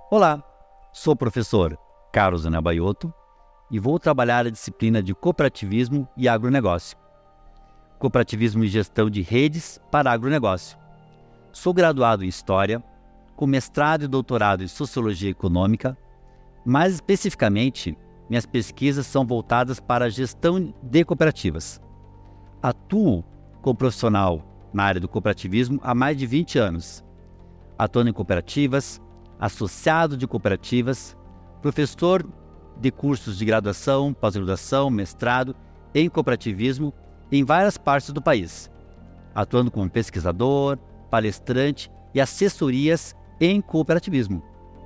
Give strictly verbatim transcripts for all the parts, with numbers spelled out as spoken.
Olá, sou o professor Carlos Anabaioto e vou trabalhar a disciplina de Cooperativismo e Agronegócio. Cooperativismo e Gestão de Redes para Agronegócio. Sou graduado em História, com mestrado e doutorado em Sociologia Econômica. Mais especificamente, minhas pesquisas são voltadas para a gestão de cooperativas. Atuo como profissional na área do cooperativismo há mais de vinte anos, atuando em cooperativas, associado de cooperativas, professor de cursos de graduação, pós-graduação, mestrado em cooperativismo em várias partes do país, atuando como pesquisador, palestrante e assessorias em cooperativismo.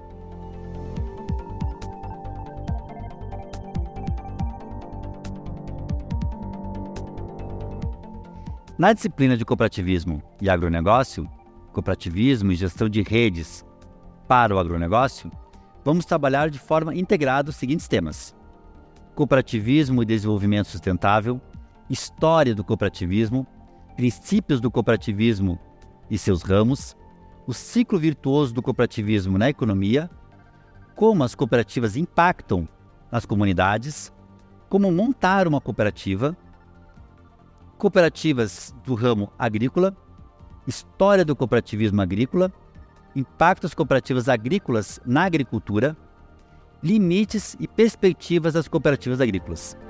Na disciplina de Cooperativismo e Agronegócio, Cooperativismo e Gestão de Redes para o Agronegócio, vamos trabalhar de forma integrada os seguintes temas: Cooperativismo e Desenvolvimento Sustentável, História do Cooperativismo, Princípios do Cooperativismo e seus ramos, o ciclo virtuoso do cooperativismo na economia, como as cooperativas impactam nas comunidades, como montar uma cooperativa, cooperativas do ramo agrícola, história do cooperativismo agrícola, impacto das cooperativas agrícolas na agricultura, limites e perspectivas das cooperativas agrícolas.